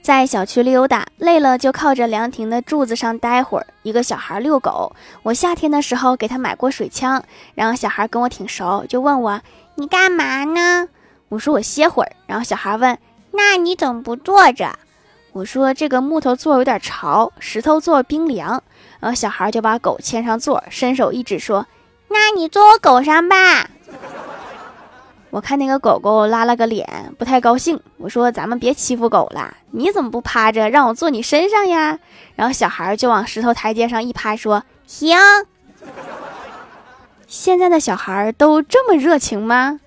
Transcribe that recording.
在小区溜达，累了就靠着凉亭的柱子上待会儿。一个小孩遛狗，我夏天的时候给他买过水枪，然后小孩跟我挺熟，就问我你干嘛呢？我说我歇会儿。然后小孩问那你怎么不坐着？我说这个木头座有点潮，石头座冰凉。然后小孩就把狗牵上座，伸手一指说那你坐我狗上吧。我看那个狗狗拉了个脸，不太高兴。我说咱们别欺负狗了，你怎么不趴着让我坐你身上呀？然后小孩就往石头台阶上一趴说行。现在的小孩都这么热情吗？